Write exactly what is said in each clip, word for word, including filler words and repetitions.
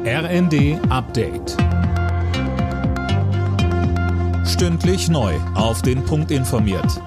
R N D Update. Stündlich neu auf den Punkt informiert.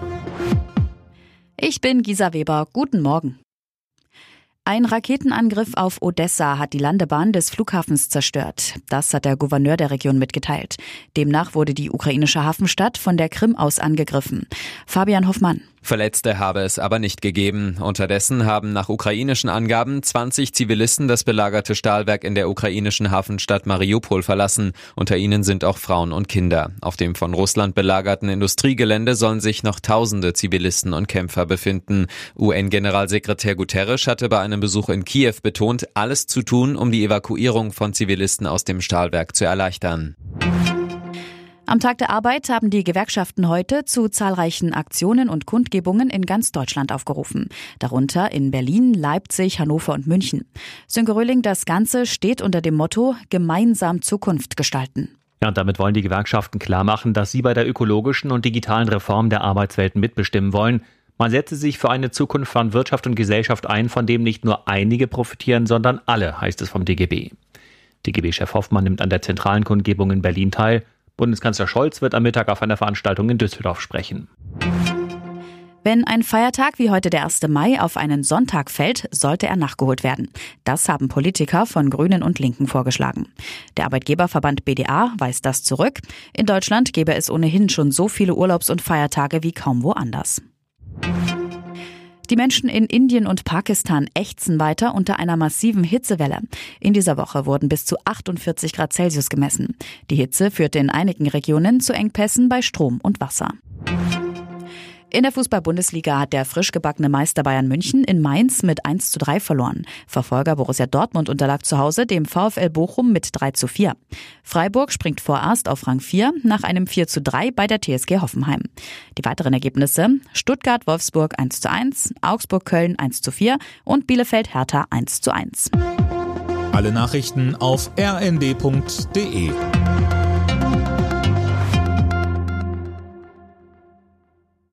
Ich bin Gisa Weber. Guten Morgen. Ein Raketenangriff auf Odessa hat die Landebahn des Flughafens zerstört. Das hat der Gouverneur der Region mitgeteilt. Demnach wurde die ukrainische Hafenstadt von der Krim aus angegriffen. Fabian Hoffmann. Verletzte habe es aber nicht gegeben. Unterdessen haben nach ukrainischen Angaben zwanzig Zivilisten das belagerte Stahlwerk in der ukrainischen Hafenstadt Mariupol verlassen. Unter ihnen sind auch Frauen und Kinder. Auf dem von Russland belagerten Industriegelände sollen sich noch tausende Zivilisten und Kämpfer befinden. U N-Generalsekretär Guterres hatte bei einem Besuch in Kiew betont, alles zu tun, um die Evakuierung von Zivilisten aus dem Stahlwerk zu erleichtern. Am Tag der Arbeit haben die Gewerkschaften heute zu zahlreichen Aktionen und Kundgebungen in ganz Deutschland aufgerufen. Darunter in Berlin, Leipzig, Hannover und München. Sönke Röhling, das Ganze steht unter dem Motto Gemeinsam Zukunft gestalten. Ja, und damit wollen die Gewerkschaften klarmachen, dass sie bei der ökologischen und digitalen Reform der Arbeitswelten mitbestimmen wollen. Man setze sich für eine Zukunft von Wirtschaft und Gesellschaft ein, von dem nicht nur einige profitieren, sondern alle, heißt es vom D G B. D G B-Chef Hoffmann nimmt an der zentralen Kundgebung in Berlin teil. Bundeskanzler Scholz wird am Mittag auf einer Veranstaltung in Düsseldorf sprechen. Wenn ein Feiertag wie heute der erste Mai auf einen Sonntag fällt, sollte er nachgeholt werden. Das haben Politiker von Grünen und Linken vorgeschlagen. Der Arbeitgeberverband B D A weist das zurück. In Deutschland gäbe es ohnehin schon so viele Urlaubs- und Feiertage wie kaum woanders. Die Menschen in Indien und Pakistan ächzen weiter unter einer massiven Hitzewelle. In dieser Woche wurden bis zu achtundvierzig Grad Celsius gemessen. Die Hitze führte in einigen Regionen zu Engpässen bei Strom und Wasser. In der Fußball-Bundesliga hat der frisch gebackene Meister Bayern München in Mainz mit eins zu drei verloren. Verfolger Borussia Dortmund unterlag zu Hause dem VfL Bochum mit drei zu vier. Freiburg springt vorerst auf Rang vier nach einem vier zu drei bei der T S G Hoffenheim. Die weiteren Ergebnisse: Stuttgart-Wolfsburg eins zu eins, Augsburg-Köln eins zu vier und Bielefeld-Hertha eins zu eins. Alle Nachrichten auf r n d punkt d e.